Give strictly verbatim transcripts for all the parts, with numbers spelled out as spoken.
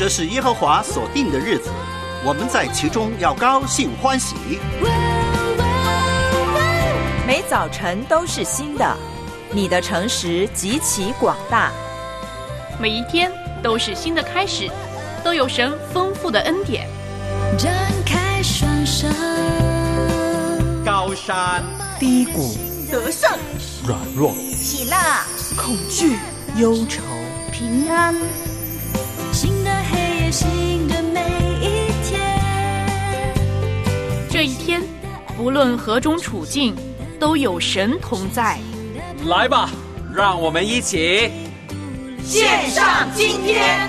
这是耶和华所定的日子，我们在其中要高兴欢喜。 每早晨都是新的，你的诚实极其广大。 每一天都是新的开始，都有神丰富的恩典。 展开双手， 高山低谷， 得胜软弱， 喜乐恐惧忧愁， 平安。 新的黑夜，新的每一天。 这一天不论何种处境，都有神同在。 来吧，让我们一起献上今天。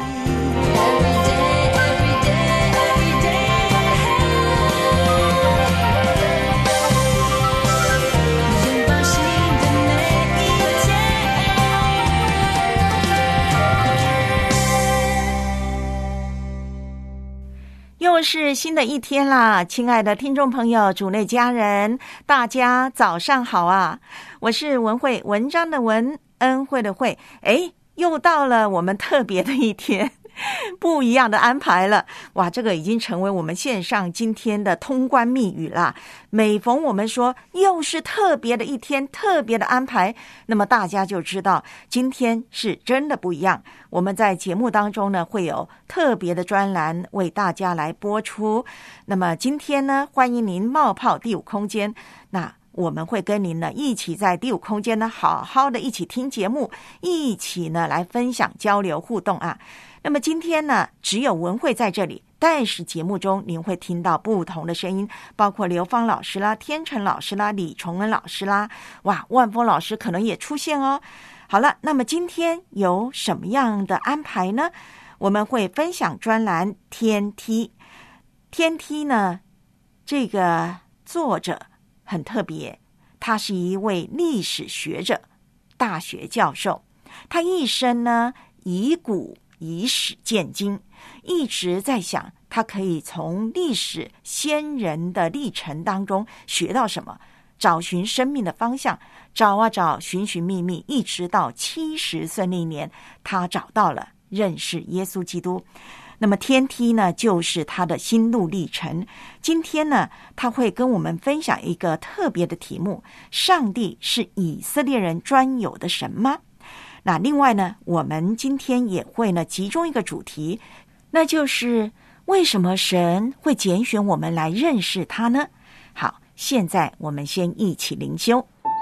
又是新的一天啦，亲爱的听众朋友，主内家人，大家早上好啊！我是文慧，文章的文，恩惠的惠。诶，又到了我们特别的一天，不一样的安排了。哇，这个已经成为我们线上今天的通关密语啦。每逢我们说又是特别的一天，特别的安排，那么大家就知道今天是真的不一样。我们在节目当中呢，会有特别的专栏为大家来播出。那么今天呢，欢迎您冒泡第五空间。那我们会跟您呢一起在第五空间呢，好好的一起听节目，一起呢来分享交流互动啊。那么今天呢，只有文慧在这里，但是节目中您会听到不同的声音，包括刘芳老师啦、天成老师啦、李崇恩老师啦，哇，万峰老师可能也出现哦。好了，那么今天有什么样的安排呢？我们会分享专栏天梯。天梯呢，这个作者很特别，他是一位历史学者、大学教授，他一生呢以古以史鉴今，一直在想他可以从历史先人的历程当中学到什么，找寻生命的方向，找啊找，寻寻觅觅，一直到七十岁那年，他找到了认识耶稣基督。那么天梯呢，就是他的心路历程。今天呢，他会跟我们分享一个特别的题目：上帝是以色列人专有的神吗？那另外呢，我们今天也会呢集中一个主题，那就是为什么神会拣选我们来认识他呢？好，现在我们先一起灵修。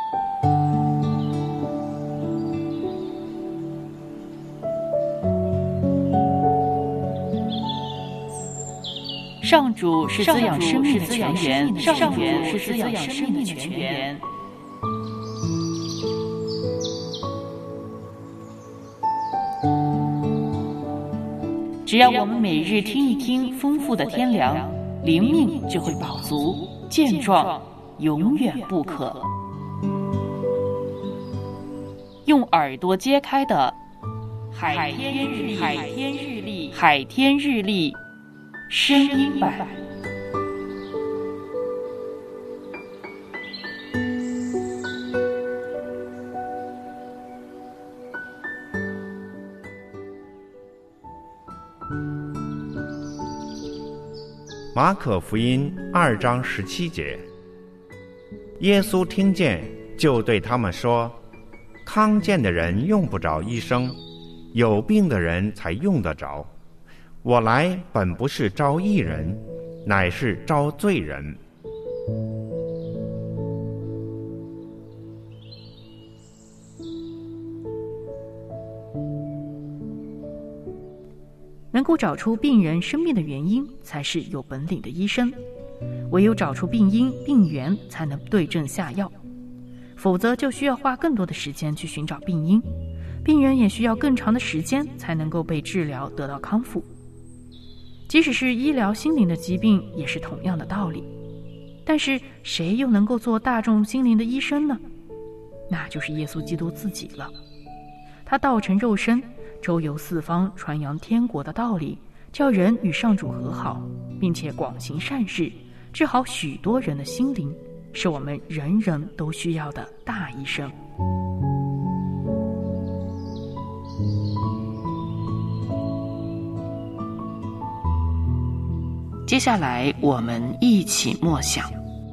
上主是滋养生命的泉源，上主是滋养生命的泉源。只要我们每日听一听丰富的天粮，灵命就会饱足健壮，永远不渴。用耳朵揭开的海天日历，海天日历，海天日历声音版。 马可福音二章十七节，耶稣听见，就对他们说：康健的人用不着医生，有病的人才用得着。我来本不是招义人，乃是招罪人。 能够找出病人生病的原因，才是有本领的医生。唯有找出病因、病源，才能对症下药。否则就需要花更多的时间去寻找病因，病人也需要更长的时间才能够被治疗得到康复。即使是医疗心灵的疾病，也是同样的道理。但是谁又能够做大众心灵的医生呢？那就是耶稣基督自己了。他道成肉身，周游四方，传扬天国的道理，叫人与上主和好，并且广行善事，治好许多人的心灵，是我们人人都需要的大医生。 接下来我们一起默想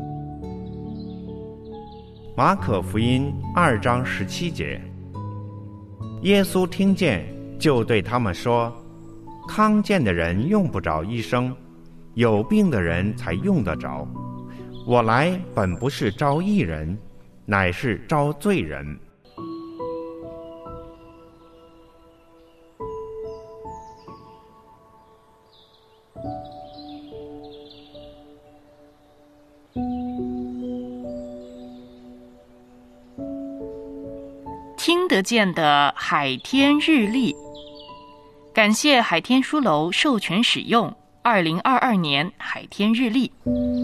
马可福音二章十七节，耶稣听见，就对他们说：康健的人用不着医生，有病的人才用得着。我来本不是招义人，乃是招罪人。 听得见的海天日历，感谢海天书楼授权使用二零二二年海天日历。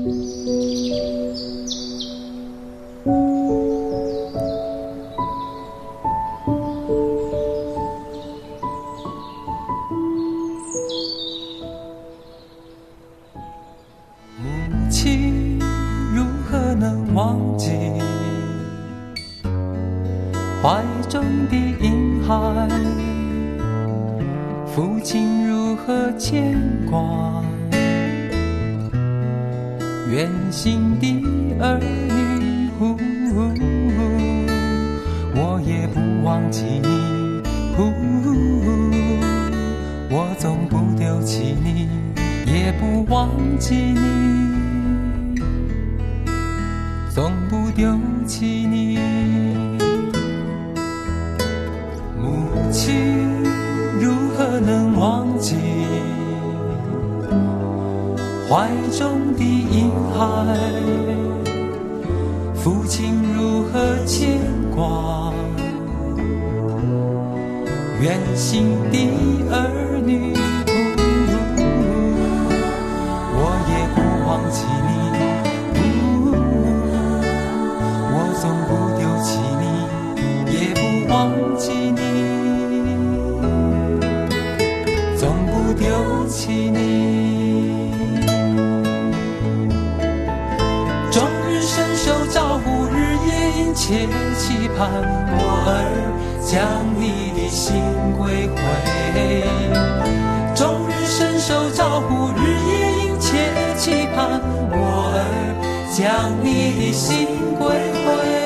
母亲如何能忘记怀中的婴孩，父亲如何牵挂远行的儿女，呼呼呼我也不忘记你，呼呼我总不丢弃你，也不忘记你，总不丢弃你。母亲如何能忘记怀中的婴孩，父亲如何牵挂远行的儿女，我也不忘记你，我总不丢弃你，也不忘记你，总不丢弃你。终日伸手招呼，日夜殷切期盼，我儿将你的心归回。终日伸手招呼，日夜殷切期盼，我儿将你的心归回。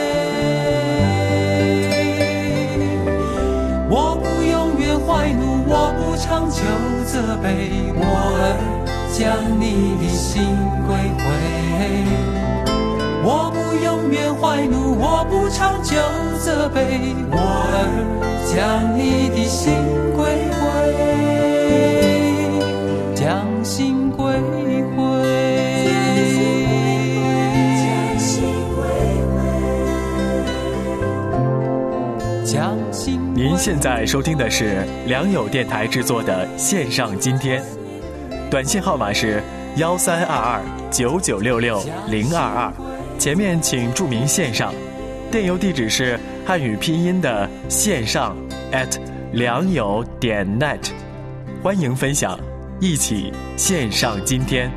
我不永远怀怒，我不长久责备，我儿将你的心归回。我不永远怀怒，我不长久责备，我儿将你的心归回，将心归回，将心归回，将心归回。 您现在收听的是良友电台制作的线上今天，短信号码是幺三二二九九六六零二二。前面请注明线上，电邮地址是汉语拼音的线上 at 良友点 net， 欢迎分享，一起线上今天。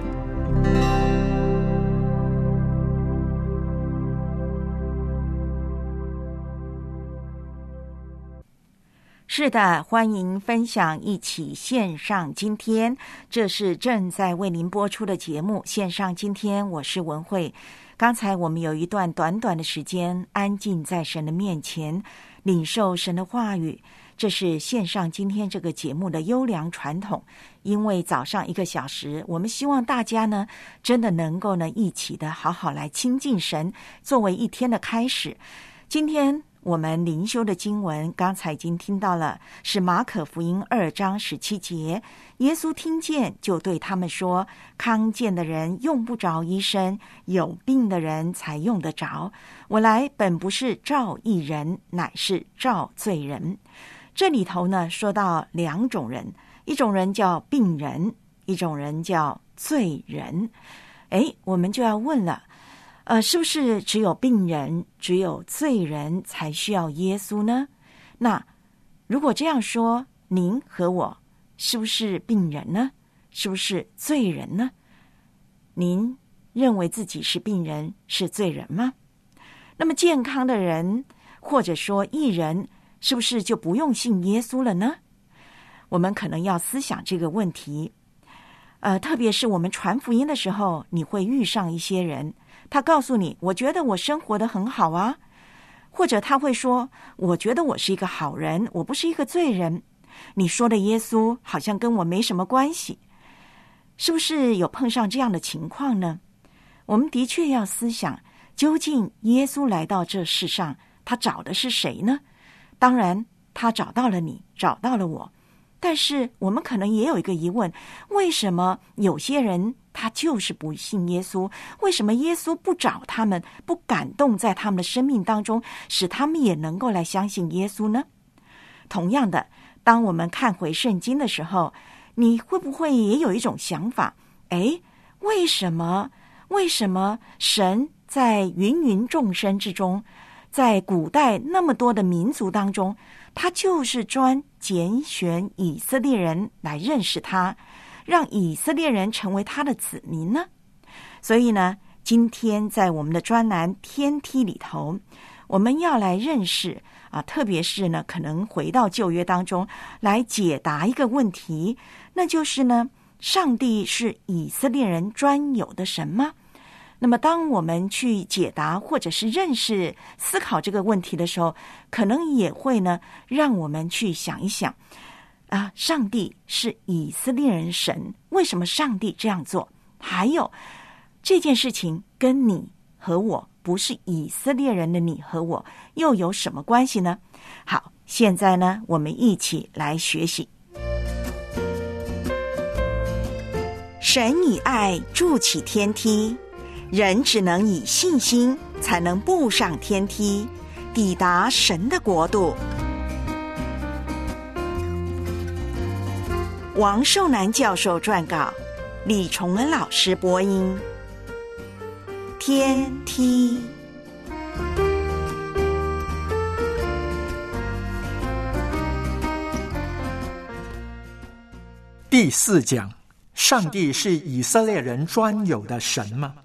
是的，欢迎分享，一起线上今天，这是正在为您播出的节目线上今天，我是文慧。刚才我们有一段短短的时间安静在神的面前，领受神的话语，这是线上今天这个节目的优良传统。因为早上一个小时，我们希望大家呢真的能够呢一起的好好来亲近神，作为一天的开始。今天我们灵修的经文刚才已经听到了，是马可福音二章十七节，耶稣听见就对他们说，康健的人用不着医生，有病的人才用得着。我来本不是召义人，乃是召罪人。这里头呢说到两种人，一种人叫病人，一种人叫罪人。诶，我们就要问了，呃，是不是只有病人，只有罪人才需要耶稣呢？那如果这样说，您和我是不是病人呢？是不是罪人呢？您认为自己是病人，是罪人吗？那么健康的人，或者说义人，是不是就不用信耶稣了呢？我们可能要思想这个问题。 呃，特别是我们传福音的时候，你会遇上一些人，他告诉你，我觉得我生活得很好啊，或者他会说，我觉得我是一个好人，我不是一个罪人，你说的耶稣好像跟我没什么关系。是不是有碰上这样的情况呢？我们的确要思想，究竟耶稣来到这世上，他找的是谁呢？当然他找到了你，找到了我，但是我们可能也有一个疑问，为什么有些人他就是不信耶稣？为什么耶稣不找他们，不感动在他们的生命当中，使他们也能够来相信耶稣呢？同样的，当我们看回圣经的时候，你会不会也有一种想法，诶，为什么为什么神在芸芸众生之中，在古代那么多的民族当中，他就是专拣选以色列人来认识他，让以色列人成为他的子民呢？所以呢，今天在我们的专栏天梯里头，我们要来认识啊，特别是呢，可能回到旧约当中来解答一个问题，那就是呢，上帝是以色列人专有的神吗？那么当我们去解答或者是认识思考这个问题的时候，可能也会呢让我们去想一想啊，上帝是以色列人神，为什么上帝这样做？还有这件事情跟你和我，不是以色列人的你和我又有什么关系呢？好，现在呢我们一起来学习。神以爱筑起天梯，人只能以信心才能步上天梯，抵达神的国度。王寿南教授撰稿，李崇恩老师播音。天梯。 第四讲，上帝是以色列人专有的神吗？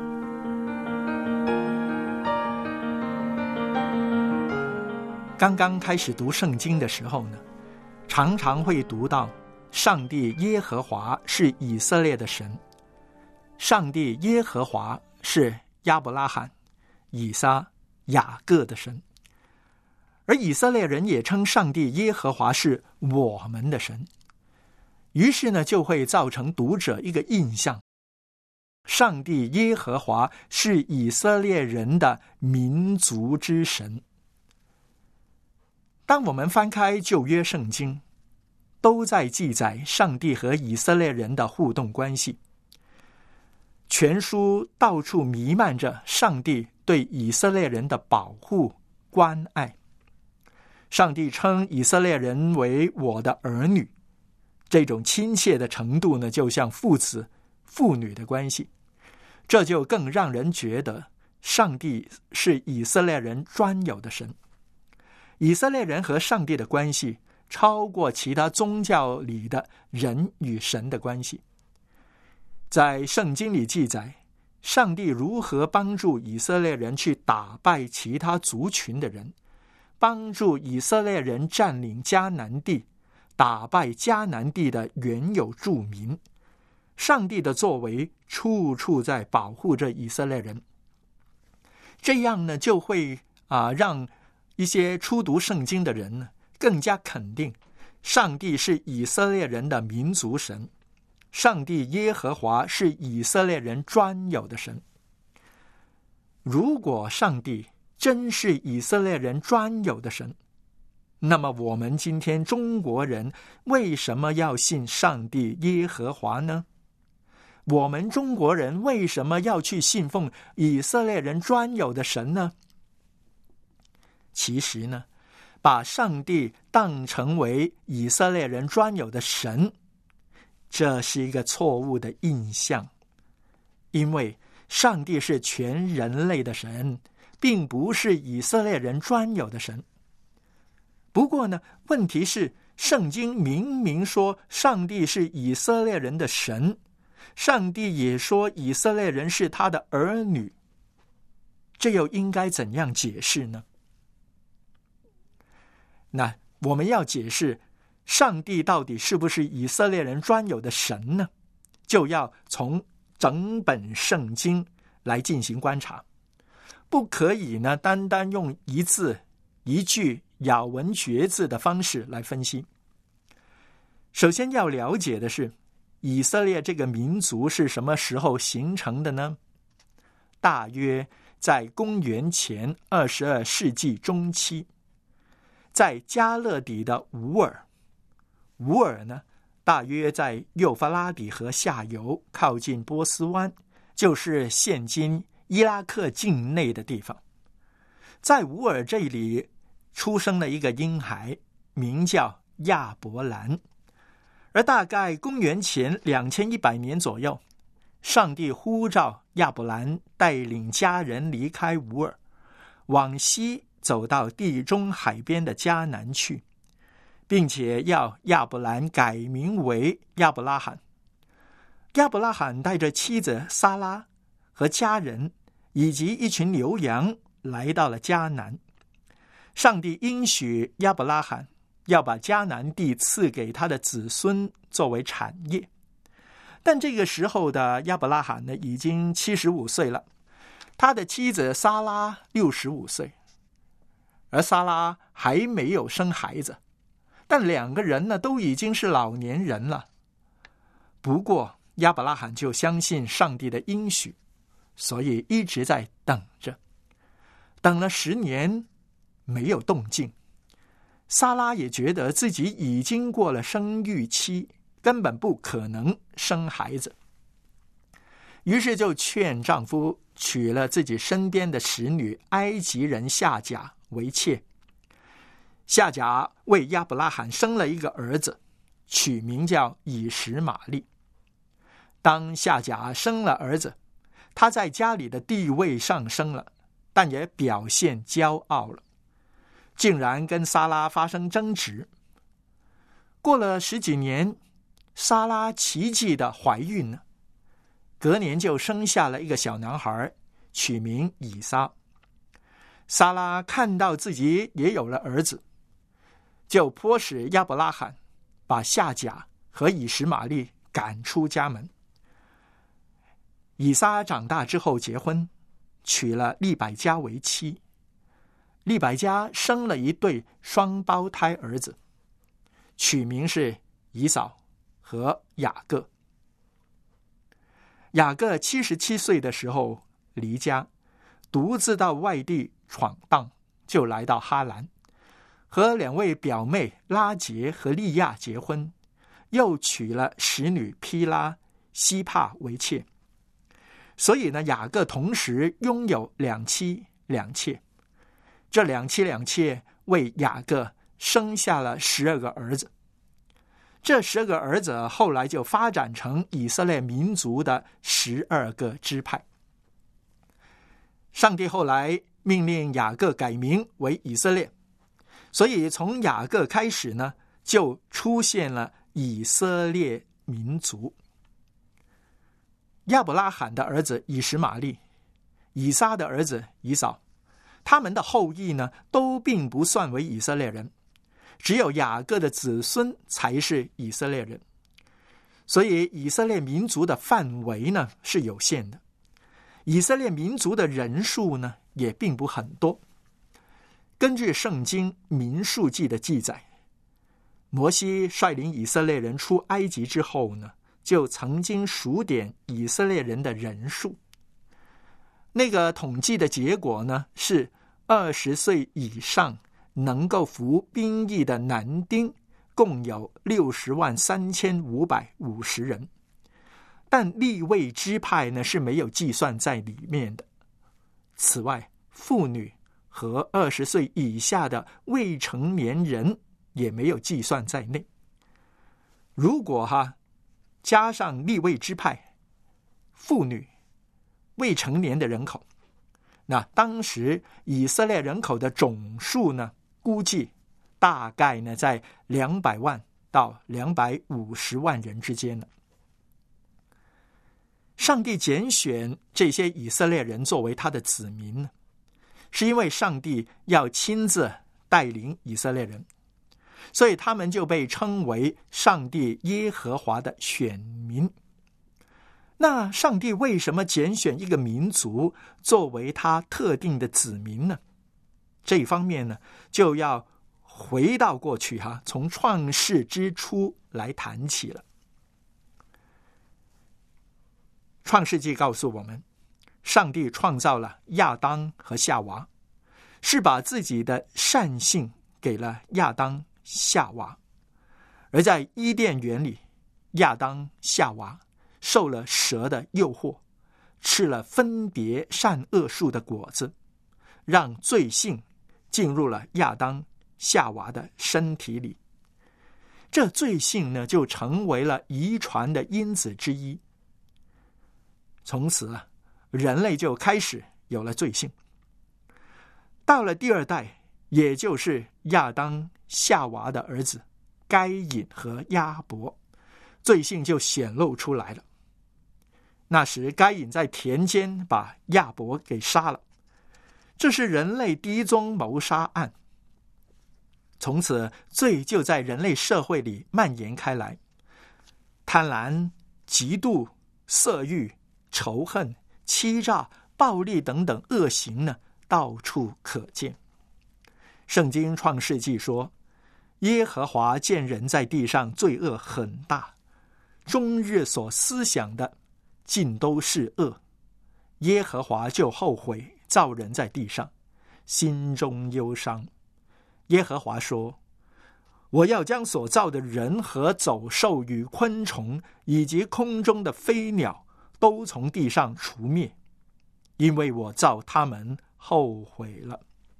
刚刚开始读圣经的时候呢，常常会读到上帝耶和华是以色列的神，上帝耶和华是亚伯拉罕、以撒、雅各的神，而以色列人也称上帝耶和华是我们的神。于是呢，就会造成读者一个印象，上帝耶和华是以色列人的民族之神。当我们翻开旧约圣经，都在记载上帝和以色列人的互动关系。全书到处弥漫着上帝对以色列人的保护关爱。上帝称以色列人为我的儿女，这种亲切的程度呢，就像父子父女的关系。这就更让人觉得上帝是以色列人专有的神。以色列人和上帝的关系超过其他宗教里的人与神的关系。在圣经里记载，上帝如何帮助以色列人去打败其他族群的人，帮助以色列人占领迦南地，打败迦南地的原有住民。上帝的作为处处在保护着以色列人。这样呢，就会啊让一些初读圣经的人呢，更加肯定上帝是以色列人的民族神，上帝耶和华是以色列人专有的神。如果上帝真是以色列人专有的神，那么我们今天中国人为什么要信上帝耶和华呢？我们中国人为什么要去信奉以色列人专有的神呢？其实呢，把上帝当成为以色列人专有的神，这是一个错误的印象。因为上帝是全人类的神，并不是以色列人专有的神。不过呢，问题是圣经明明说上帝是以色列人的神，上帝也说以色列人是他的儿女，这又应该怎样解释呢？那我们要解释上帝到底是不是以色列人专有的神呢？ 就要从整本圣经来进行观察，不可以呢单单用一字一句咬文嚼字的方式来分析。首先要了解的是，以色列这个民族是什么时候形成的呢？大约在公元前二十二世纪中期，在加勒底的乌尔。乌尔呢，大约在幼发拉底河下游，靠近波斯湾，就是现今伊拉克境内的地方。在乌尔这里出生了一个婴孩，名叫亚伯兰。而大概公元前两千一百年左右，上帝呼召亚伯兰带领家人离开乌尔，往西走到地中海边的迦南去，并且要亚伯兰改名为亚伯拉罕。亚伯拉罕带着妻子撒拉和家人以及一群牛羊来到了迦南。上帝应许亚伯拉罕要把迦南地赐给他的子孙作为产业。但这个时候的亚伯拉罕呢，已经七十五岁了，他的妻子撒拉六十五岁，而撒拉还没有生孩子，但两个人呢都已经是老年人了。不过亚伯拉罕就相信上帝的应许，所以一直在等着。等了十年没有动静，撒拉也觉得自己已经过了生育期，根本不可能生孩子，于是就劝丈夫娶了自己身边的使女埃及人夏甲为妾。夏甲为亚伯拉罕生了一个儿子，取名叫以实玛利。当夏甲生了儿子，他在家里的地位上升了，但也表现骄傲了，竟然跟撒拉发生争执。过了十几年，撒拉奇迹的怀孕了，隔年就生下了一个小男孩，取名以撒。撒拉看到自己也有了儿子，就迫使亚伯拉罕把夏甲和以实玛利赶出家门。以撒长大之后结婚，娶了利百加为妻。利百加生了一对双胞胎儿子，取名是以扫和雅各。雅各七十七岁的时候离家，独自到外地闯荡，就来到哈兰，和两位表妹拉结和利亚结婚，又娶了使女毗拉、西帕为妾。所以呢，雅各同时拥有两妻两妾。这两妻两妾为雅各生下了十二个儿子。这十二个儿子后来就发展成以色列民族的十二个支派。上帝后来命令雅各改名为以色列，所以从雅各开始呢，就出现了以色列民族。亚伯拉罕的儿子以实玛利，以撒的儿子以扫，他们的后裔呢，都并不算为以色列人，只有雅各的子孙才是以色列人。所以以色列民族的范围呢是有限的，以色列民族的人数呢也并不很多。根据圣经民数记的记载，摩西率领以色列人出埃及之后呢，就曾经数点以色列人的人数。那个统计的结果呢，是二十岁以上能够服兵役的男丁共有六十万三千五百五十人，但利未支派呢是没有计算在里面的。此外，妇女和二十岁以下的未成年人也没有计算在内。如果哈加上利未支派、妇女、未成年的人口，那当时以色列人口的总数呢，估计大概呢在两百万到两百五十万人之间呢。上帝拣选这些以色列人作为他的子民呢，是因为上帝要亲自带领以色列人，所以他们就被称为上帝耶和华的选民。 那上帝为什么拣选一个民族作为他特定的子民呢？这一方面呢，就要回到过去哈，从创世之初来谈起了。创世纪告诉我们，上帝创造了亚当和夏娃，是把自己的善性给了亚当夏娃。而在伊甸园里，亚当夏娃受了蛇的诱惑，吃了分别善恶树的果子，让罪性进入了亚当夏娃的身体里。这罪性呢，就成为了遗传的因子之一。从此啊，人类就开始有了罪性。到了第二代，也就是亚当夏娃的儿子该隐和亚伯，罪性就显露出来了。那时该隐在田间把亚伯给杀了，这是人类第一宗谋杀案。从此罪就在人类社会里蔓延开来，贪婪、嫉妒、色欲、仇恨、欺诈、暴力等等恶行呢，到处可见。圣经创世纪说，耶和华见人在地上罪恶很大，终日所思想的尽都是恶，耶和华就后悔造人在地上，心中忧伤。耶和华说，我要将所造的人和走兽与昆虫以及空中的飞鸟都从地上除灭，因为我造他们后悔了。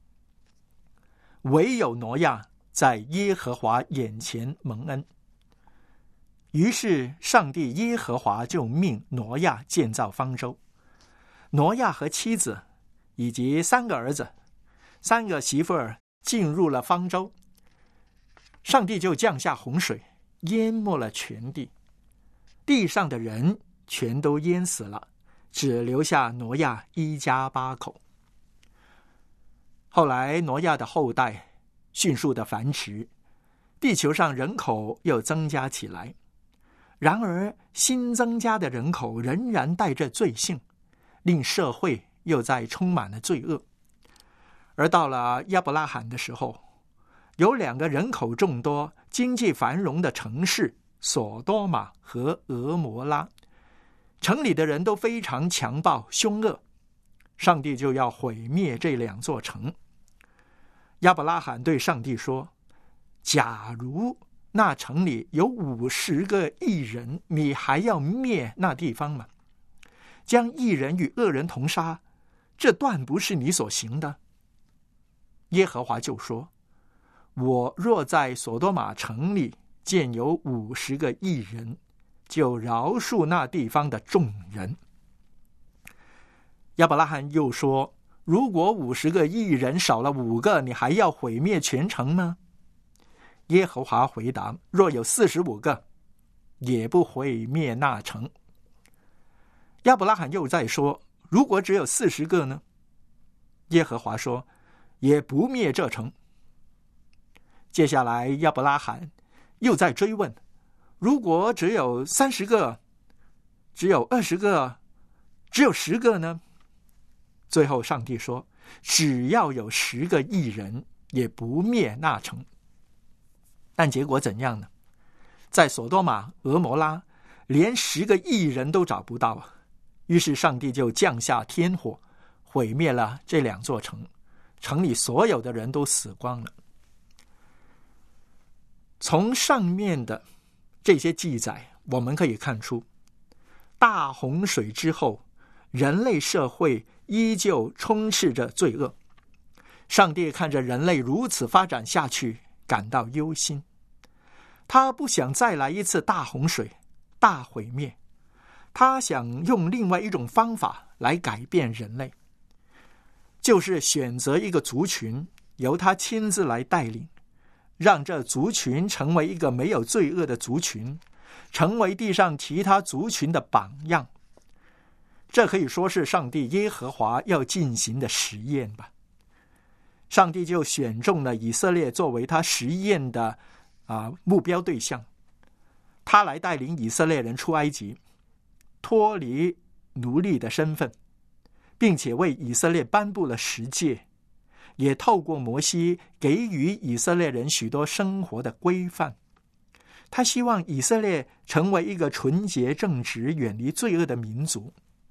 唯有挪亚在耶和华眼前蒙恩。于是上帝耶和华就命挪亚建造方舟。挪亚和妻子以及三个儿子、三个媳妇儿进入了方舟，上帝就降下洪水，淹没了全地，地上的人全都淹死了，只留下挪亚一家八口。后来挪亚的后代迅速的繁殖，地球上人口又增加起来。然而新增加的人口仍然带着罪性，令社会又在充满了罪恶。而到了亚伯拉罕的时候，有两个人口众多、经济繁荣的城市，索多玛和俄摩拉，城里的人都非常强暴凶恶，上帝就要毁灭这两座城。亚伯拉罕对上帝说，假如那城里有五十个义人，你还要灭那地方吗？将义人与恶人同杀，这断不是你所行的。耶和华就说，我若在所多玛城里见有五十个义人，就饶恕那地方的众人。亚伯拉罕又说，如果五十个义人少了五个，你还要毁灭全城吗？耶和华回答，若有四十五个，也不毁灭那城。亚伯拉罕又再说，如果只有四十个呢？耶和华说，也不灭这城。接下来亚伯拉罕又在追问，如果只有三十个，只有二十个，只有十个呢？最后上帝说，只要有十个义人，也不灭那城。但结果怎样呢？在索多玛、俄摩拉，连十个义人都找不到，于是上帝就降下天火，毁灭了这两座城，城里所有的人都死光了。从上面的这些记载，我们可以看出，大洪水之后，人类社会依旧充斥着罪恶。上帝看着人类如此发展下去，感到忧心。他不想再来一次大洪水、大毁灭，他想用另外一种方法来改变人类，就是选择一个族群，由他亲自来带领，让这族群成为一个没有罪恶的族群，成为地上其他族群的榜样。这可以说是上帝耶和华要进行的实验吧。上帝就选中了以色列作为他实验的啊目标对象，他来带领以色列人出埃及。 脱离奴隶的身份，并且为以色列颁布了十诫，也透过摩西给予以色列人许多生活的规范。他希望以色列成为一个纯洁正直、远离罪恶的民族。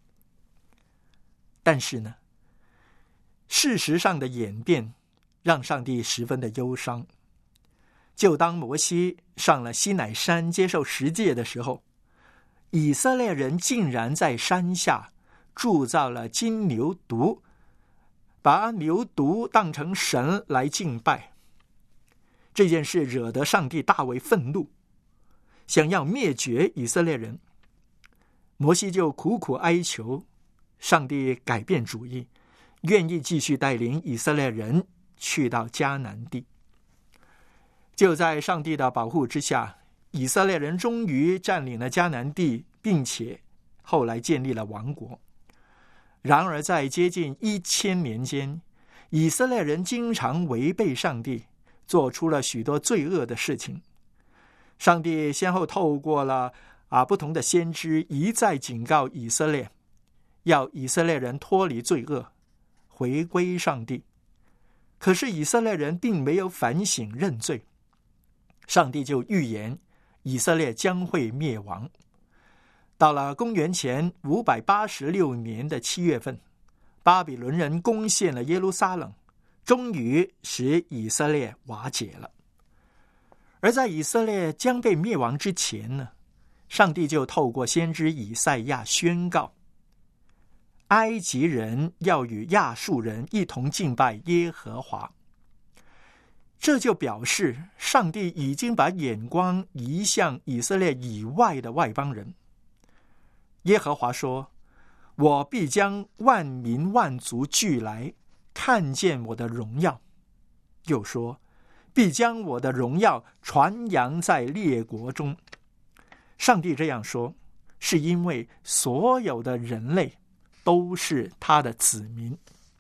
但是呢，事实上的演变让上帝十分的忧伤。就当摩西上了西乃山接受十诫的时候，以色列人竟然在山下铸造了金牛犊，把牛犊当成神来敬拜。这件事惹得上帝大为愤怒，想要灭绝以色列人。摩西就苦苦哀求上帝改变主意，愿意继续带领以色列人去到迦南地。就在上帝的保护之下，以色列人终于占领了迦南地，并且后来建立了王国。然而在接近一千年间，以色列人经常违背上帝，做出了许多罪恶的事情。上帝先后透过了啊不同的先知一再警告以色列，要以色列人脱离罪恶，回归上帝。可是以色列人并没有反省认罪，上帝就预言以色列将会灭亡。到了公元前五百八十六年的七月份，巴比伦人攻陷了耶路撒冷，终于使以色列瓦解了。而在以色列将被灭亡之前呢，上帝就透过先知以赛亚宣告，埃及人要与亚述人一同敬拜耶和华。这就表示上帝已经把眼光移向以色列以外的外邦人。耶和华说，我必将万民万族聚来，看见我的荣耀。又说，必将我的荣耀传扬在列国中。上帝这样说，是因为所有的人类都是他的子民。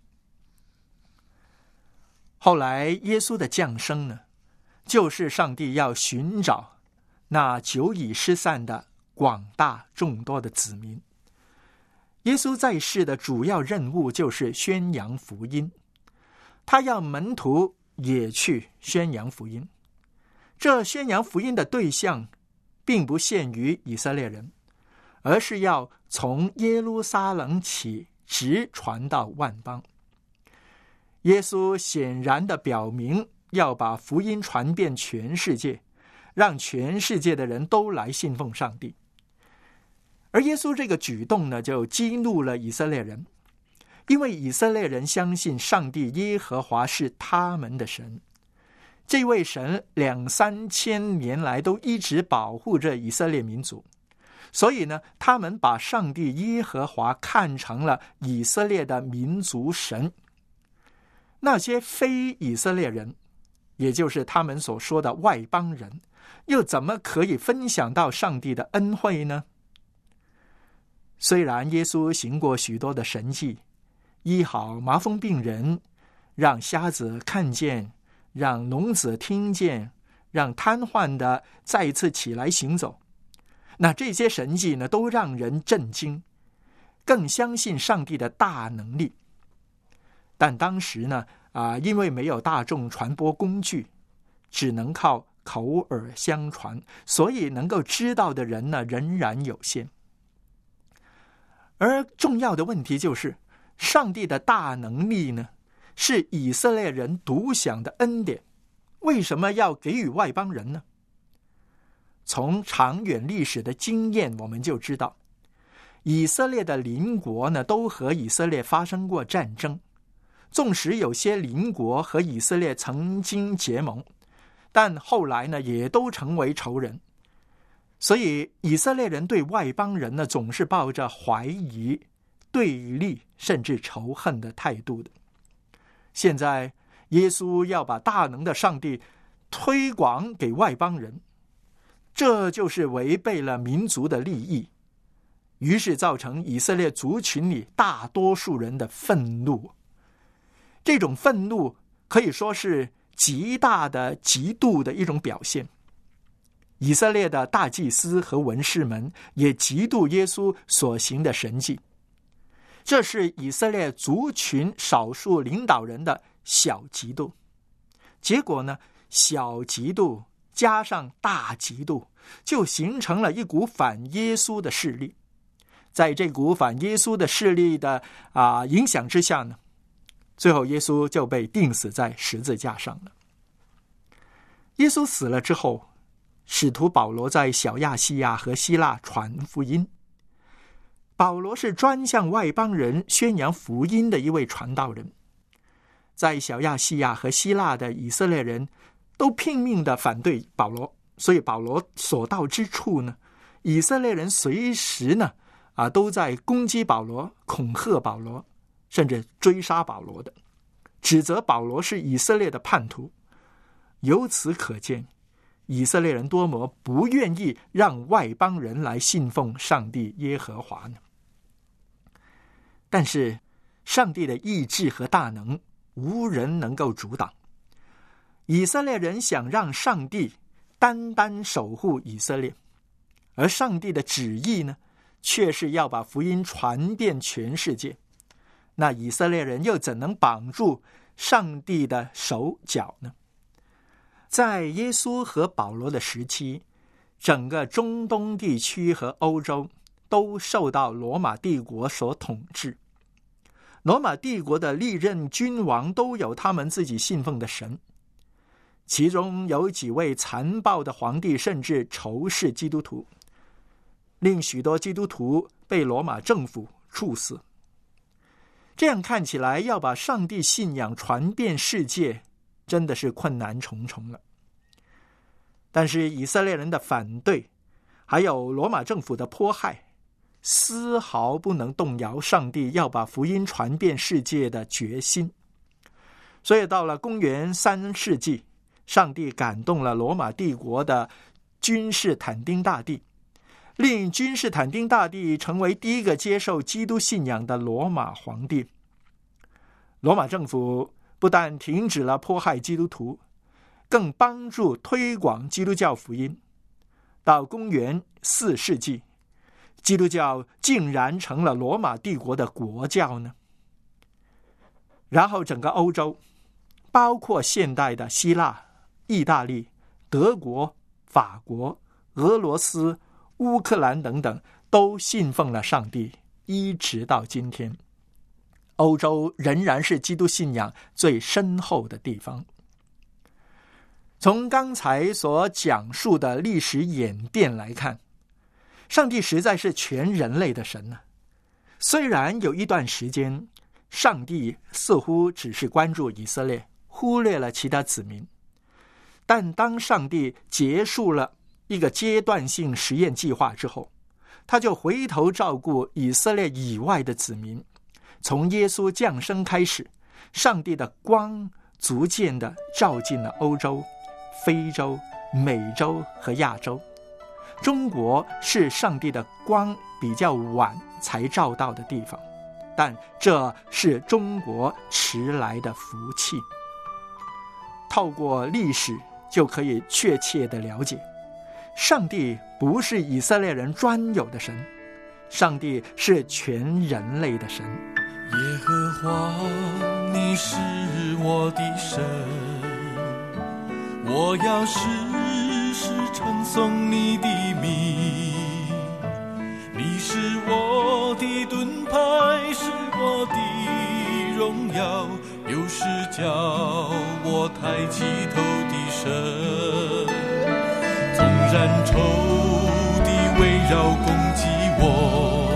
后来耶稣的降生呢，就是上帝要寻找那久已失散的广大众多的子民。耶稣在世的主要任务就是宣扬福音，他要门徒也去宣扬福音。这宣扬福音的对象并不限于以色列人，而是要从耶路撒冷起，直传到万邦。耶稣显然地表明要把福音传遍全世界，让全世界的人都来信奉上帝。而耶稣这个举动呢，就激怒了以色列人，因为以色列人相信上帝耶和华是他们的神，这位神两三千年来都一直保护着以色列民族，所以呢，他们把上帝耶和华看成了以色列的民族神。那些非以色列人，也就是他们所说的外邦人，又怎么可以分享到上帝的恩惠呢？虽然耶稣行过许多的神迹，医好麻风病人，让瞎子看见，让聋子听见，让瘫痪的再一次起来行走，那这些神迹呢，都让人震惊，更相信上帝的大能力。但当时呢，啊，因为没有大众传播工具，只能靠口耳相传，所以能够知道的人呢，仍然有限。而重要的问题就是，上帝的大能力呢，是以色列人独享的恩典，为什么要给予外邦人呢？从长远历史的经验，我们就知道，以色列的邻国呢，都和以色列发生过战争。纵使有些邻国和以色列曾经结盟，但后来呢，也都成为仇人。所以以色列人对外邦人呢，总是抱着怀疑、对立甚至仇恨的态度的。现在耶稣要把大能的上帝推广给外邦人，这就是违背了民族的利益，于是造成以色列族群里大多数人的愤怒。这种愤怒可以说是极大的、极度的一种表现。 以色列的大祭司和文士们也嫉妒耶稣所行的神迹。这是以色列族群少数领导人的小嫉妒。结果呢，小嫉妒加上大嫉妒，就形成了一股反耶稣的势力。在这股反耶稣的势力的啊影响之下呢，最后耶稣就被钉死在十字架上了。耶稣死了之后，使徒保罗在小亚细亚和希腊传福音。保罗是专向外邦人宣扬福音的一位传道人。在小亚细亚和希腊的以色列人都拼命地反对保罗，所以保罗所到之处呢，以色列人随时呢啊都在攻击保罗、恐吓保罗，甚至追杀保罗的，指责保罗是以色列的叛徒。由此可见，以色列人多么不愿意让外邦人来信奉上帝耶和华呢？但是上帝的意志和大能无人能够阻挡。以色列人想让上帝单单守护以色列，而上帝的旨意呢，却是要把福音传遍全世界。那以色列人又怎能绑住上帝的手脚呢？在耶稣和保罗的时期，整个中东地区和欧洲都受到罗马帝国所统治。罗马帝国的历任君王都有他们自己信奉的神，其中有几位残暴的皇帝甚至仇视基督徒，令许多基督徒被罗马政府处死。这样看起来，要把上帝信仰传遍世界，真的是困难重重了。但是以色列人的反对，还有罗马政府的迫害，丝毫不能动摇上帝要把福音传遍世界的决心。所以到了公元三世纪，上帝感动了罗马帝国的君士坦丁大帝，令君士坦丁大帝成为第一个接受基督信仰的罗马皇帝。罗马政府不但停止了迫害基督徒，更帮助推广基督教福音。到公元四世纪，基督教竟然成了罗马帝国的国教呢。然后整个欧洲，包括现代的希腊、意大利、德国、法国、俄罗斯、乌克兰等等，都信奉了上帝，一直到今天。欧洲仍然是基督信仰最深厚的地方。从刚才所讲述的历史演变来看，上帝实在是全人类的神呢。虽然有一段时间，上帝似乎只是关注以色列，忽略了其他子民，但当上帝结束了一个阶段性实验计划之后，他就回头照顾以色列以外的子民。从耶稣降生开始，上帝的光逐渐地照进了欧洲、非洲、美洲和亚洲。中国是上帝的光比较晚才照到的地方，但这是中国迟来的福气。透过历史就可以确切地了解，上帝不是以色列人专有的神，上帝是全人类的神。 耶和华，你是我的神，我要时时称颂你的名。你是我的盾牌，是我的荣耀，又是叫我抬起头的神。纵然仇敌围绕攻击我，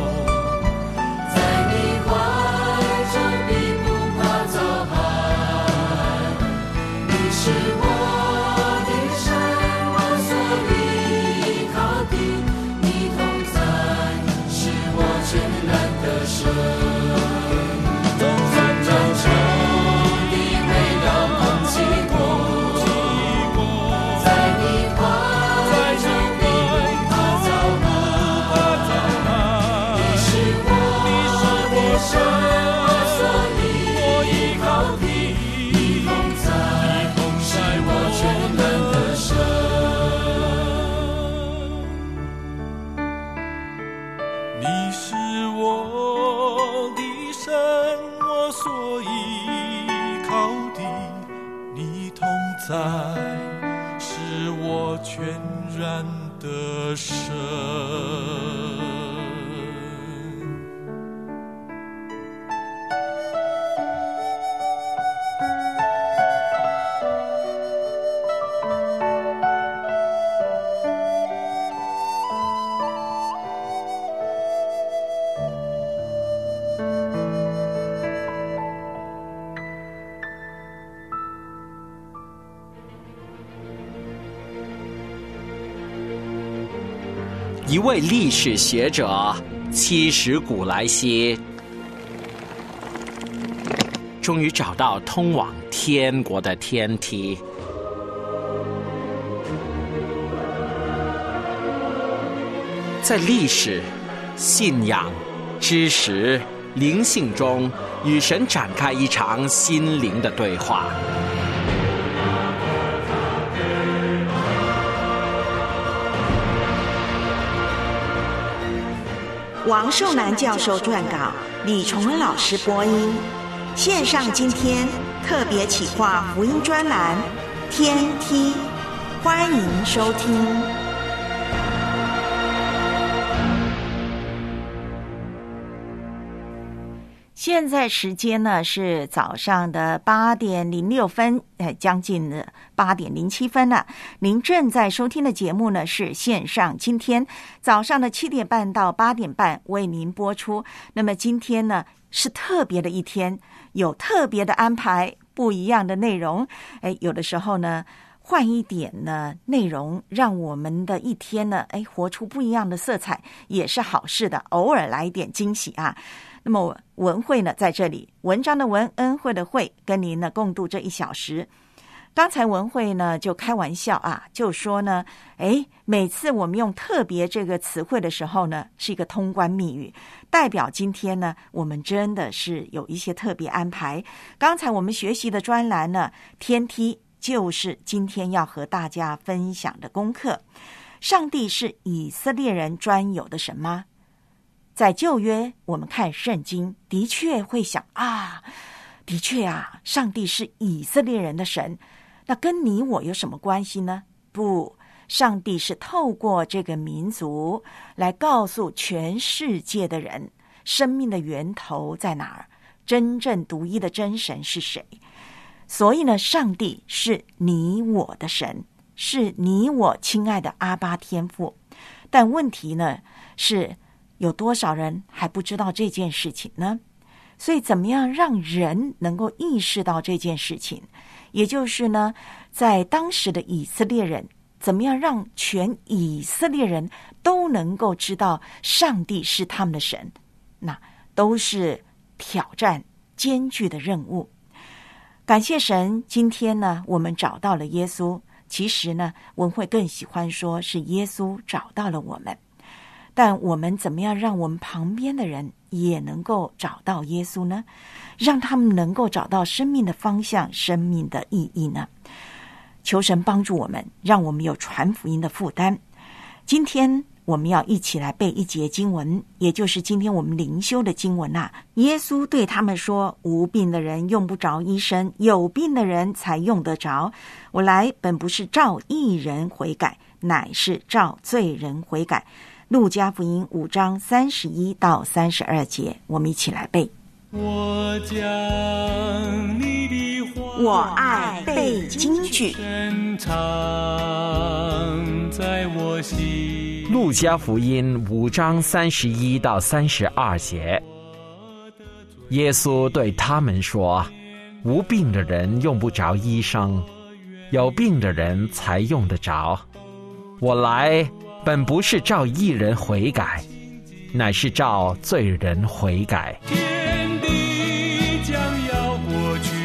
你是我的神，我所依靠的，你同在是我全然的神。 一位历史学者七十古来稀，终于找到通往天国的天梯。在历史、信仰、知识、灵性中，与神展开一场心灵的对话。 王寿南教授撰稿，李崇文老师播音。线上今天特别企划福音专栏《天梯》，欢迎收听。现在时间呢是早上的八点零六分，哎，将近了八点零七分了。您正在收听的节目呢是线上今天早上的七点半到八点半为您播出。那么今天呢是特别的一天，有特别的安排，不一样的内容。哎，有的时候呢换一点呢内容，让我们的一天呢哎活出不一样的色彩，也是好事的。偶尔来一点惊喜啊。那么文慧呢在这里，文章的文，恩惠的惠，跟您呢共度这一小时。刚才文慧呢就开玩笑啊，就说呢，哎，每次我们用特别这个词汇的时候呢，是一个通关密语，代表今天呢我们真的是有一些特别安排。刚才我们学习的专栏呢，天梯，就是今天要和大家分享的功课。上帝是以色列人专有的神吗？在旧约我们看圣经，的确会想啊，的确啊，上帝是以色列人的神，那跟你我有什么关系呢？不，上帝是透过这个民族来告诉全世界的人，生命的源头在哪儿，真正独一的真神是谁。所以呢，上帝是你我的神，是你我亲爱的阿爸天父。但问题呢是，有多少人还不知道这件事情呢？所以怎么样让人能够意识到这件事情，也就是呢，在当时的以色列人，怎么样让全以色列人都能够知道上帝是他们的神，那都是挑战艰巨的任务。感谢神，今天呢我们找到了耶稣。其实呢，文慧更喜欢说是耶稣找到了我们。但我们怎么样让我们旁边的人也能够找到耶稣呢？让他们能够找到生命的方向、生命的意义呢？求神帮助我们，让我们有传福音的负担。今天我们要一起来背一节经文，也就是今天我们灵修的经文啊。耶稣对他们说，无病的人用不着医生，有病的人才用得着。我来本不是召义人悔改，乃是召罪人悔改。路加福音五章三十一到三十二节，我们一起来背。 我将你的话， 我爱背金句。 藏在我心。 路加福音五章三十一到三十二节，耶稣对他们说：无病的人用不着医生，有病的人才用得着。我来本不是召义人悔改，乃是召罪人悔改。 天地将要过去，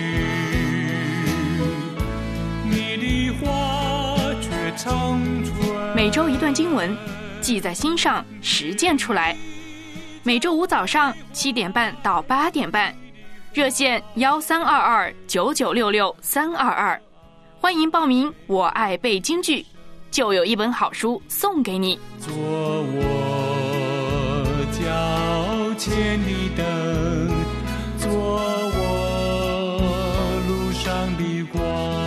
你的话却长存。 每周一段经文，记在心上，实践出来。每周五早上七点半到八点半，热线幺三二二九九六六三二二，欢迎报名。我爱背京剧，就有一本好书送给你。 做我家千里灯，做我路上的光。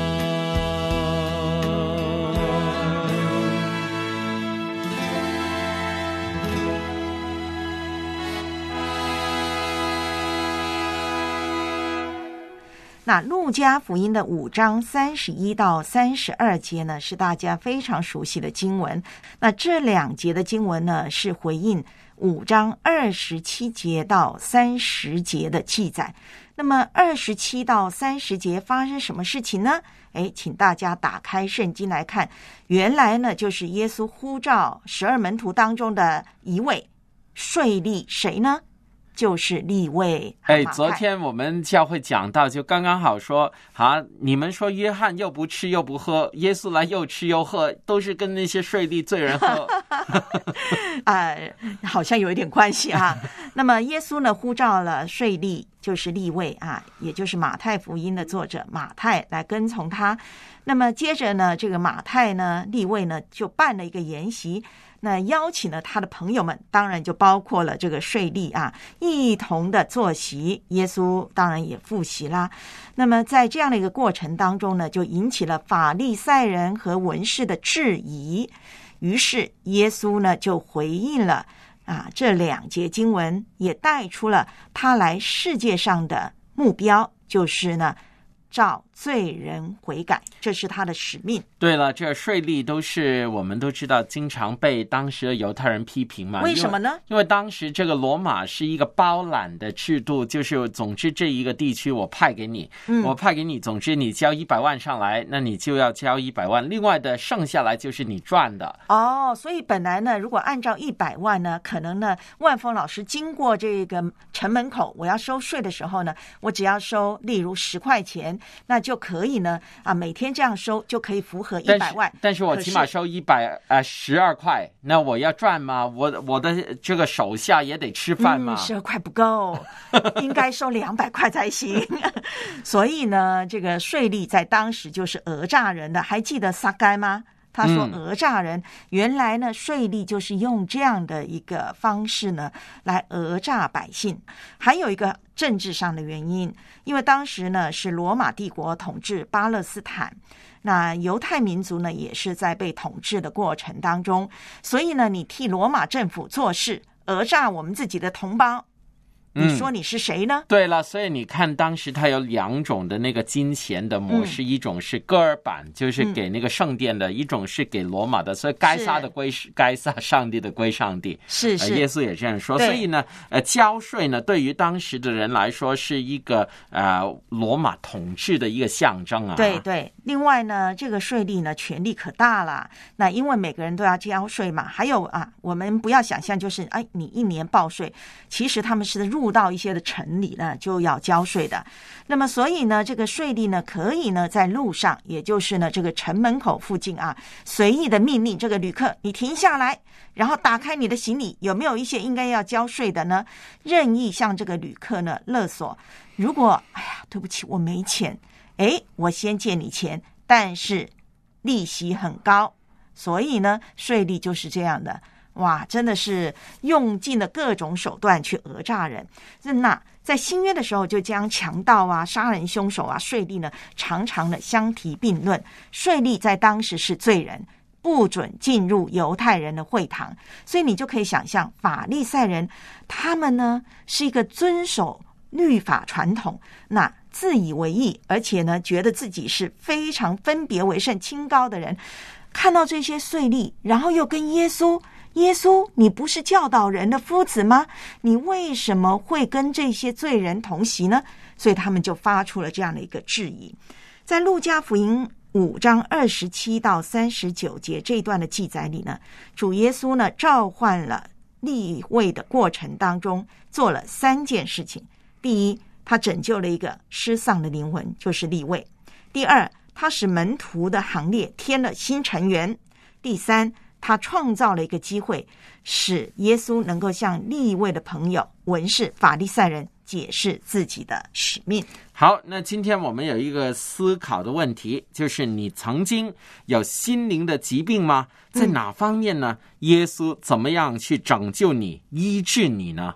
那路加福音的五章三十一到三十二节呢，是大家非常熟悉的经文。那这两节的经文呢，是回应五章二十七节到三十节的记载。那么二十七到三十节发生什么事情呢？诶，请大家打开圣经来看，原来呢就是耶稣呼召十二门徒当中的一位税吏，谁呢？就是利未。 哎，昨天我们教会讲到，就刚刚好说啊，你们说约翰又不吃又不喝，耶稣来又吃又喝，都是跟那些税吏罪人喝。 啊、呃，好像有一点关系啊。那么耶稣呢，呼召了税吏，就是利未啊，也就是马太福音的作者马太来跟从他。那么接着呢，这个马太呢，利未呢，就办了一个筵席。那邀请了他的朋友们，当然就包括了这个税吏啊，一同的坐席。耶稣当然也赴席啦。那么在这样的一个过程当中呢，就引起了法利赛人和文士的质疑。于是耶稣呢就回应了啊这两节经文，也带出了他来世界上的目标，就是呢召罪人悔改，这是他的使命。 对了，这税吏都是我们都知道经常被当时的犹太人批评嘛。 为什么呢？ 因为, 因为当时这个罗马是一个包揽的制度，就是总之这一个地区我派给你、嗯、我派给你，总之你交一百万上来，那你就要交一百万，另外的剩下来就是你赚的。 哦，所以本来呢，如果按照一百万呢，可能呢万峰老师经过这个城门口，我要收税的时候呢，我只要收例如十块钱，那就可以呢啊，每天这样收就可以符合一百万。 但是, 但是我起码收一百呃十二块，那我要赚吗？我我的这个手下也得吃饭嘛。 十二块不够，应该收两百块才行。所以呢，这个税吏在当时就是讹诈人的。还记得撒该吗？他说讹诈人、嗯、原来呢税吏就是用这样的一个方式呢来讹诈百姓。还有一个政治上的原因，因为当时呢是罗马帝国统治巴勒斯坦，那犹太民族呢也是在被统治的过程当中，所以呢你替罗马政府做事，讹诈我们自己的同胞，你说你是谁呢、 嗯、对了，所以你看当时它有两种的那个金钱的模式、嗯、一种是戈尔版，就是给那个圣殿的、嗯、一种是给罗马的，所以该撒的归该撒，上帝的归上帝。 是是、 呃、耶稣也这样说。所以呢呃，交税呢对于当时的人来说是一个呃罗马统治的一个象征啊。 对对，另外呢这个税吏呢权力可大了，那因为每个人都要交税嘛。还有啊，我们不要想象就是哎你一年报税，其实他们是入到一些的城里呢就要交税的。那么所以呢这个税吏呢可以呢在路上，也就是呢这个城门口附近啊，随意的命令这个旅客你停下来，然后打开你的行李，有没有一些应该要交税的呢？任意向这个旅客呢勒索。如果哎呀对不起我没钱，哎我先借你钱，但是利息很高。所以呢税吏就是这样的，哇，真的是用尽了各种手段去讹诈人。那在新约的时候，就将强盗啊、杀人凶手啊、税吏呢，常常的相提并论。税吏在当时是罪人，不准进入犹太人的会堂。所以你就可以想象，法利赛人他们呢是一个遵守律法传统，那自以为意，而且呢觉得自己是非常分别为圣、清高的人。看到这些税吏，然后又跟耶稣耶稣，你不是教导人的夫子吗？你为什么会跟这些罪人同席呢？所以他们就发出了这样的一个质疑。在路加福音五章二十七到三十九节这一段的记载里呢，主耶稣呢召唤了利未的过程当中，做了三件事情。第一，他拯救了一个失丧的灵魂，就是利未。第二，他使门徒的行列添了新成员。第三，他创造了一个机会，使耶稣能够向利未的朋友、文士、法利赛人解释自己的使命。 好，那今天我们有一个思考的问题，就是你曾经有心灵的疾病吗？在哪方面呢？耶稣怎么样去拯救你、医治你呢？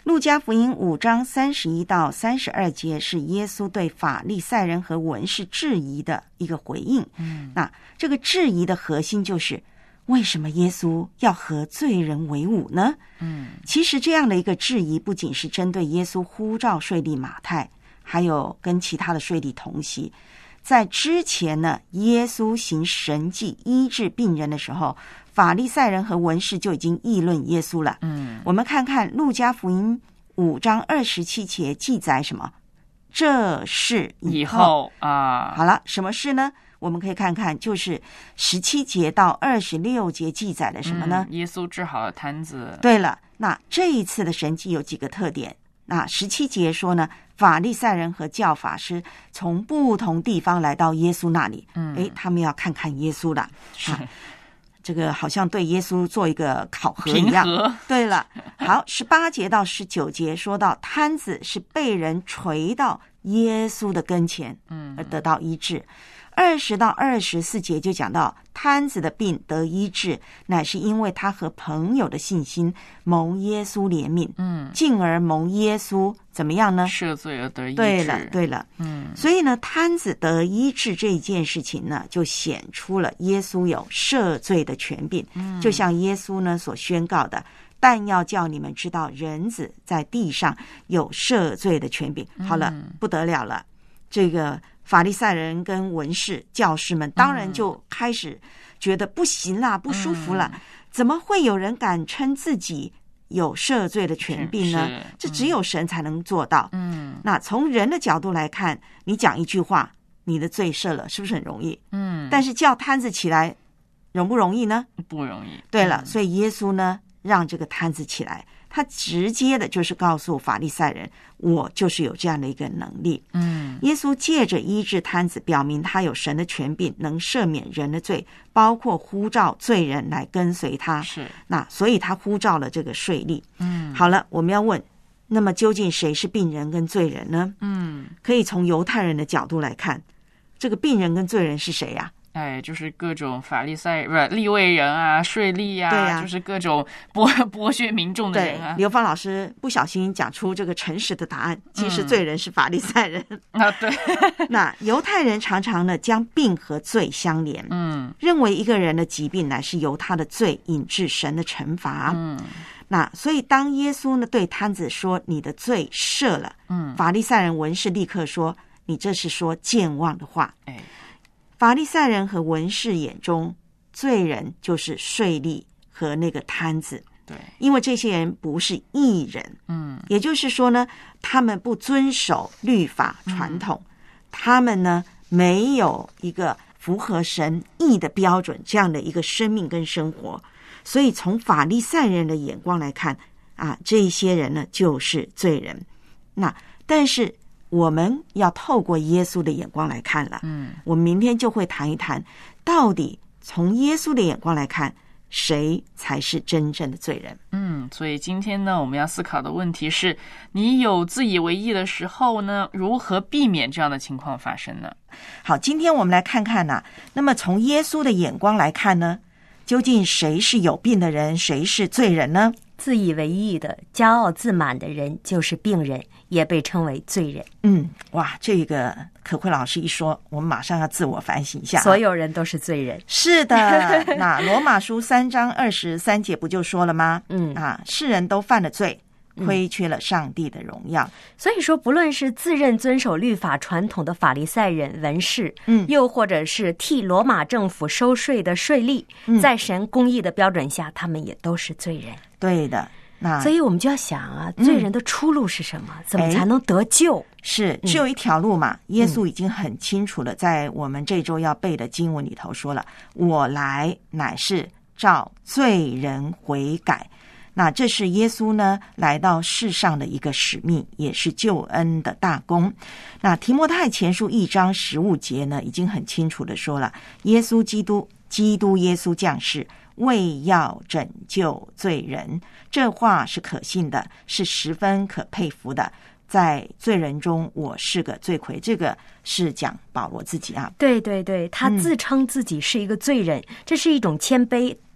路加福音五章三十一到三十二节是耶稣对法利赛人和文士质疑的一个回应。嗯，那这个质疑的核心就是为什么耶稣要和罪人为伍呢？嗯，其实这样的一个质疑不仅是针对耶稣呼召税吏马太，还有跟其他的税吏同席。在之前呢，耶稣行神迹医治病人的时候，法利赛人和文士就已经议论耶稣了。嗯，我们看看路加福音五章二十七节记载什么？这事以后, 以后啊， 好了，什么事呢？我们可以看看，就是十七节到二十六节记载了什么呢？ 嗯、耶稣治好了瘫子。 对了，那这一次的神迹有几个特点？那十七节说呢，法利赛人和教法师从不同地方来到耶稣那里，嗯，诶，他们要看看耶稣了，是。啊，这个好像对耶稣做一个考核一样。对了，好，十八节到十九节说到瘫子是被人垂到耶稣的跟前，嗯，而得到医治。二十到二十四节就讲到瘫子的病得医治，乃是因为他和朋友的信心蒙耶稣怜悯，嗯，进而蒙耶稣怎么样呢？ 赦罪而得医治。 对了，对了，嗯，所以呢，瘫子得医治这一件事情呢，就显出了耶稣有赦罪的权柄，嗯，就像耶稣呢所宣告的。但要叫你们知道，人子在地上有赦罪的权柄。好了，不得了了，这个法利赛人跟文士教师们当然就开始觉得不行啦，不舒服了，怎么会有人敢称自己有赦罪的权柄呢？这只有神才能做到。嗯，那从人的角度来看，你讲一句话，你的罪赦了，是不是很容易？嗯，但是叫瘫子起来容不容易呢？ 不容易。 对了，所以耶稣呢让这个瘫子起来，他直接的就是告诉法利赛人，我就是有这样的一个能力。嗯，耶稣借着医治瘫子，表明他有神的权柄，能赦免人的罪，包括呼召罪人来跟随他。 是， 那所以他呼召了这个税吏。嗯，好了，我们要问，那么究竟谁是病人跟罪人呢？嗯，可以从犹太人的角度来看，这个病人跟罪人是谁呀、啊？ 哎，就是各种法利赛不是利未人啊、税吏啊， 对啊， 就是各种剥剥削民众的人啊。 刘芳老师不小心讲出这个诚实的答案，其实罪人是法利赛人、 嗯、啊。对， 那犹太人常常呢将病和罪相连，嗯，认为一个人的疾病乃是由他的罪引致神的惩罚。嗯，那所以当耶稣呢对瘫子说你的罪赦了，嗯，法利赛人文士立刻说你这是说健忘的话。哎。法利赛人和文士眼中，罪人就是税吏和那个瘫子。 对， 因为这些人不是义人，嗯，也就是说呢，他们不遵守律法传统，嗯、他们呢没有一个符合神义的标准这样的一个生命跟生活，所以从法利赛人的眼光来看，啊，这些人呢就是罪人。那但是。我们要透过耶稣的眼光来看了，嗯，我们明天就会谈一谈，到底从耶稣的眼光来看，谁才是真正的罪人？ 嗯，所以今天呢，我们要思考的问题是：你有自以为义的时候呢，如何避免这样的情况发生呢？ 好，今天我们来看看呢、啊，那么从耶稣的眼光来看呢，究竟谁是有病的人，谁是罪人呢？ 自以为义的、骄傲自满的人就是病人，也被称为罪人。 嗯，哇，这个可慧老师一说，我们马上要自我反省一下、啊。 所有人都是罪人。 是的，那罗马书三章二十三节不就说了吗？嗯啊，世人都犯了罪，亏缺了上帝的荣耀。 所以说，不论是自认遵守律法传统的法利赛人文士，嗯，又或者是替罗马政府收税的税吏，嗯、在神公义的标准下，他们也都是罪人。 对的，那所以我们就要想啊，罪人的出路是什么？嗯、怎么才能得救？ 是只有一条路嘛？嗯、耶稣已经很清楚了，在我们这周要背的经文里头说了：“我来乃是召罪人悔改。”那这是耶稣呢来到世上的一个使命，也是救恩的大功。那提摩太前书一章十五节呢，已经很清楚的说了，耶稣基督，基督耶稣降世，为要拯救罪人。这话是可信的，是十分可佩服的。在罪人中，我是个罪魁。这个是讲保罗自己啊。 对对对，他自称自己是一个罪人，嗯、这是一种谦卑。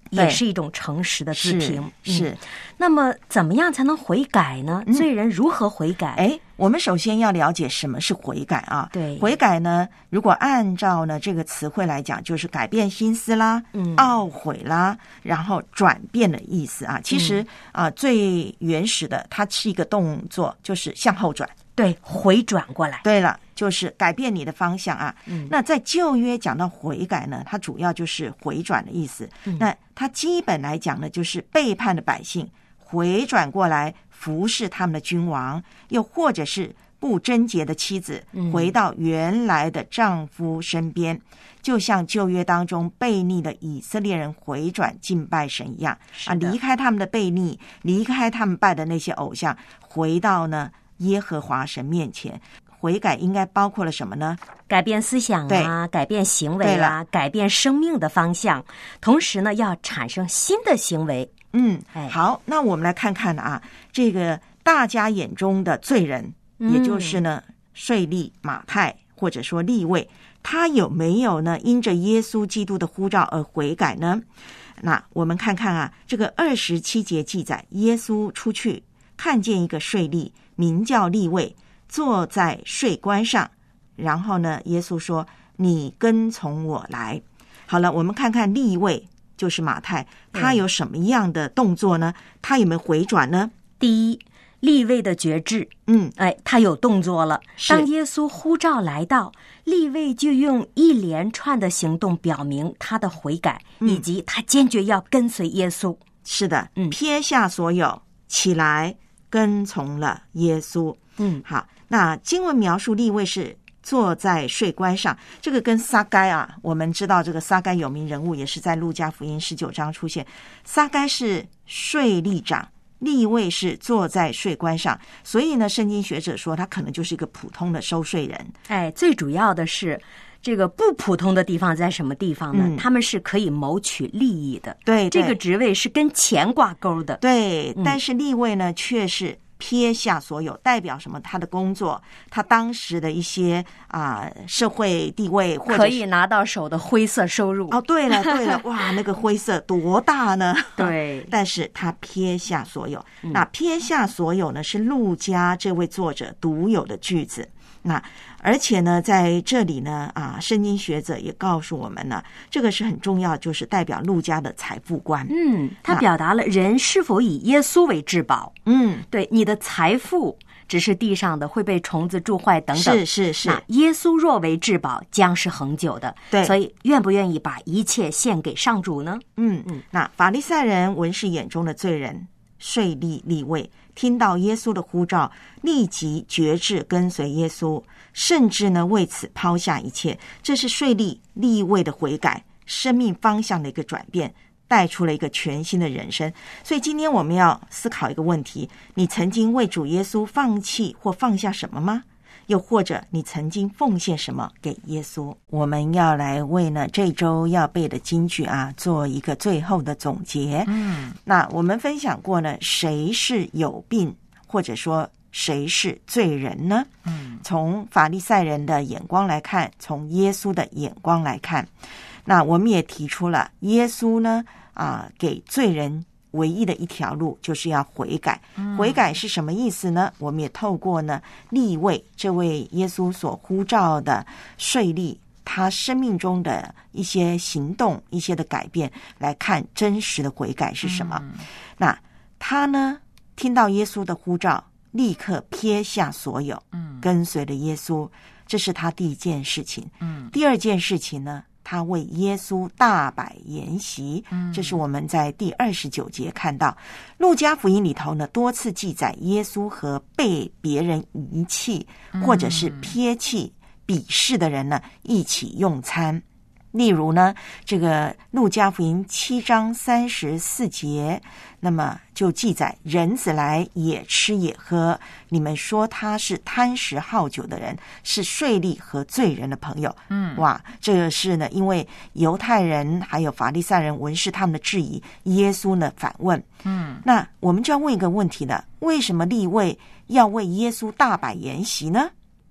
也是一种诚实的自评。 是。是嗯，那么怎么样才能悔改呢？ 嗯、 罪人如何悔改？ 哎，我们首先要了解什么是悔改啊？ 对， 悔改呢，如果按照呢这个词汇来讲，就是改变心思啦，嗯，懊悔啦，然后转变的意思啊。其实、嗯、啊，最原始的它是一个动作，就是向后转。 对，回转过来。 对了，就是改变你的方向啊。嗯，那在旧约讲到悔改呢，它主要就是回转的意思。嗯，那它基本来讲呢，就是背叛的百姓回转过来服侍他们的君王，又或者是不贞洁的妻子回到原来的丈夫身边，嗯、就像旧约当中悖逆的以色列人回转敬拜神一样啊，离开他们的悖逆，离开他们拜的那些偶像，回到呢耶和华神面前。悔改应该包括了什么呢？ 改变思想啊，改变行为啊，改变生命的方向，同时呢要产生新的行为。 嗯，好，那我们来看看啊，这个大家眼中的罪人，嗯、也就是呢税吏、马太或者说利未，他有没有呢因着耶稣基督的呼召而悔改呢？那我们看看啊，这个二十七节记载，耶稣出去看见一个税吏，名叫利未，坐在税关上，然后呢耶稣说，你跟从我来。好了，我们看看利未就是马太，他有什么样的动作呢？他有没有回转呢？ 第一，利未的觉志，嗯，哎，他有动作了。当耶稣呼召来到，利未就用一连串的行动表明他的悔改，嗯、以及他坚决要跟随耶稣。 是的，嗯，撇下所有，起来跟从了耶稣。嗯，好，那经文描述利未是坐在税关上，这个跟撒该啊，我们知道这个撒该有名人物，也是在路加福音十九章出现。撒该是税吏长，利未是坐在税关上，所以呢，圣经学者说他可能就是一个普通的收税人。 哎，最主要的是这个不普通的地方在什么地方呢？嗯、他们是可以谋取利益的。 对， 这个职位是跟钱挂钩的。 对，嗯、但是利未呢，却是撇下所有，代表什么？他的工作，他当时的一些啊、呃、社会地位，或者可以拿到手的灰色收入。 哦，对了对了，哇，那个灰色多大呢？ 对， 但是他撇下所有。嗯、那撇下所有呢，是路加这位作者独有的句子。那而且呢，在这里呢，啊，圣经学者也告诉我们呢，这个是很重要，就是代表路加的财富观。 嗯，他表达了人是否以耶稣为至宝。嗯，对，你的财富只是地上的，会被虫子蛀坏等等。 是是是。 那耶稣若为至宝，将是恒久的。 对， 所以愿不愿意把一切献给上主呢？ 嗯嗯。那法利赛人、文士眼中的罪人，税吏、利未，听到耶稣的呼召，立即决志跟随耶稣，甚至呢为此抛下一切。这是税吏、利未的悔改，生命方向的一个转变，带出了一个全新的人生。所以今天我们要思考一个问题：你曾经为主耶稣放弃或放下什么吗？又或者你曾经奉献什么给耶稣？我们要来为呢这周要背的金句啊做一个最后的总结。嗯，那我们分享过呢，谁是有病，或者说谁是罪人呢？嗯，从法利赛人的眼光来看，从耶稣的眼光来看，那我们也提出了耶稣呢啊给罪人唯一的一条路就是要悔改。悔改是什么意思呢？我们也透过呢利未这位耶稣所呼召的税吏，他生命中的一些行动，一些的改变，来看真实的悔改是什么。嗯、那他呢听到耶稣的呼召，立刻撇下所有，嗯，跟随了耶稣，这是他第一件事情。嗯，第二件事情呢，他为耶稣大摆筵席，这是我们在第二十九节看到。路加福音里头呢，多次记载耶稣和被别人遗弃或者是撇弃、鄙视的人呢一起用餐。例如呢，这个路加福音七章三十四节，那么就记载人子来也吃也喝，你们说他是贪食好酒的人，是税吏和罪人的朋友。嗯，哇，这个是呢，因为犹太人还有法利赛人、文士他们的质疑，耶稣呢反问。嗯，那我们就要问一个问题了：为什么利未要为耶稣大摆筵席呢？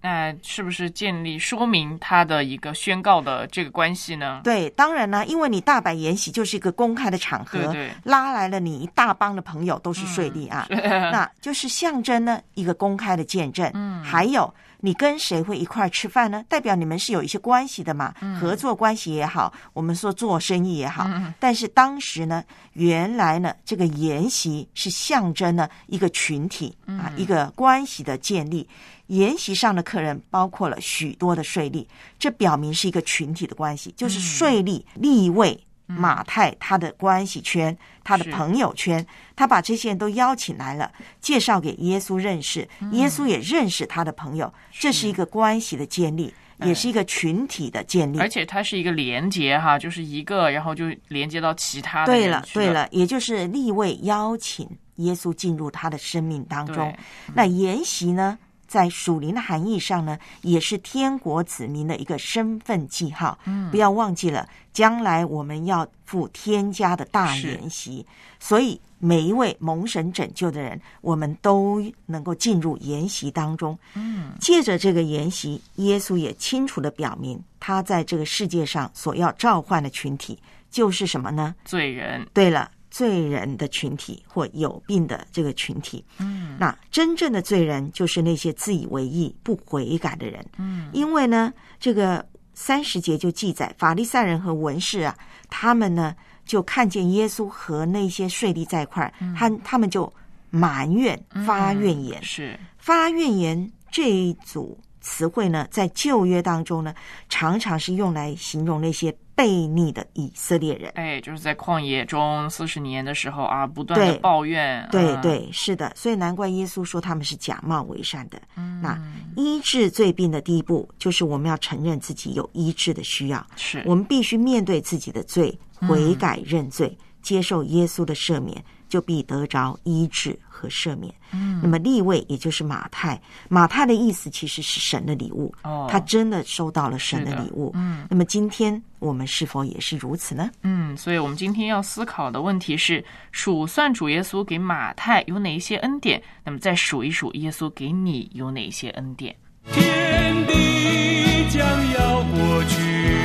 那是不是建立说明他的一个宣告的这个关系呢？ 对，当然呢，因为你大摆筵席就是一个公开的场合， 对对， 拉来了你一大帮的朋友都是税吏啊， 嗯、 那就是象征呢一个公开的见证。嗯，还有你跟谁会一块吃饭呢？代表你们是有一些关系的嘛，嗯、合作关系也好，我们说做生意也好。嗯、但是当时呢，原来呢这个筵席是象征呢一个群体啊，嗯、一个关系的建立。筵席上的客人包括了许多的税吏，这表明是一个群体的关系，就是税吏、利未、马太他的关系圈，他的朋友圈，他把这些人都邀请来了，介绍给耶稣认识，耶稣也认识他的朋友，这是一个关系的建立，也是一个群体的建立， 而且它是一个连结哈，就是一个然后就连接到其他的人去了。 对了对了，也就是利未邀请耶稣进入他的生命当中。那筵席呢，在属灵的含义上呢，也是天国子民的一个身份记号。嗯，不要忘记了，将来我们要赴天家的大筵席，所以每一位蒙神拯救的人，我们都能够进入筵席当中。嗯，借着这个筵席，耶稣也清楚地表明，他在这个世界上所要召唤的群体就是什么呢？ 罪人。 对了。罪人的群体或有病的这个群体，嗯，那真正的罪人就是那些自以为义、不悔改的人，嗯，因为呢，这个三十节就记载，法利赛人和文士啊，他们呢就看见耶稣和那些税吏在一块儿，嗯、他他们就埋怨、发怨言， 嗯、是发怨言这一组词汇呢，在旧约当中呢，常常是用来形容那些悖逆的以色列人。 哎，就是在旷野中四十年的时候啊，不断的抱怨。 对、嗯、对，是的，所以难怪耶稣说他们是假冒为善的。嗯，那医治罪病的第一步，就是我们要承认自己有医治的需要， 是我们必须面对自己的罪，悔改认罪，嗯、接受耶稣的赦免，就必得着医治和赦免。嗯，那么利未也就是马太，马太的意思其实是神的礼物，哦，他真的收到了神的礼物。嗯，那么今天我们是否也是如此呢？ 嗯，所以我们今天要思考的问题是，数算主耶稣给马太有哪一些恩典，那么再数一数耶稣给你有哪些恩典。 天地将要过去，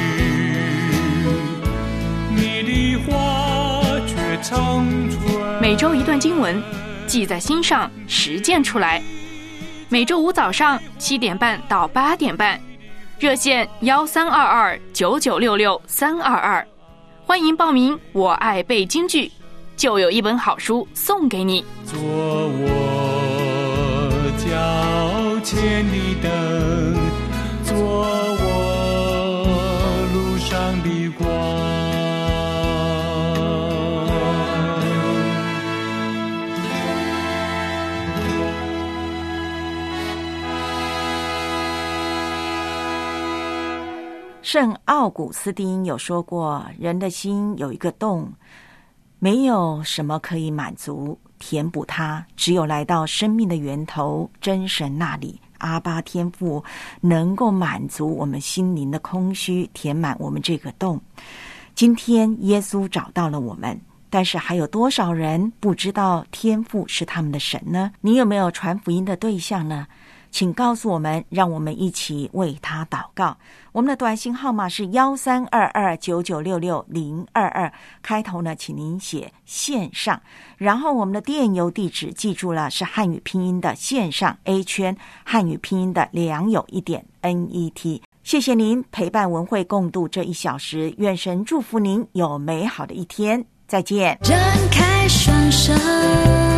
你的话却长存。 每周一段经文，记在心上，实践出来。每周五早上七点半到八点半，热线幺三二二九九六六三二二，欢迎报名。我爱背京剧，就有一本好书送给你。 做我脚前的灯，做我路上的光。 圣奥古斯丁有说过，人的心有一个洞，没有什么可以满足填补它，只有来到生命的源头真神那里，阿爸天父能够满足我们心灵的空虚，填满我们这个洞。今天耶稣找到了我们，但是还有多少人不知道天父是他们的神呢？你有没有传福音的对象呢？请告诉我们，让我们一起为他祷告。我们的短信号码是幺三二二九九六六零二二，开头呢，请您写线上，然后我们的电邮地址记住了，是汉语拼音的线上 A 圈，汉语拼音的良友一点 N E T。谢谢您陪伴文慧共度这一小时，愿神祝福您有美好的一天，再见。 张开双手。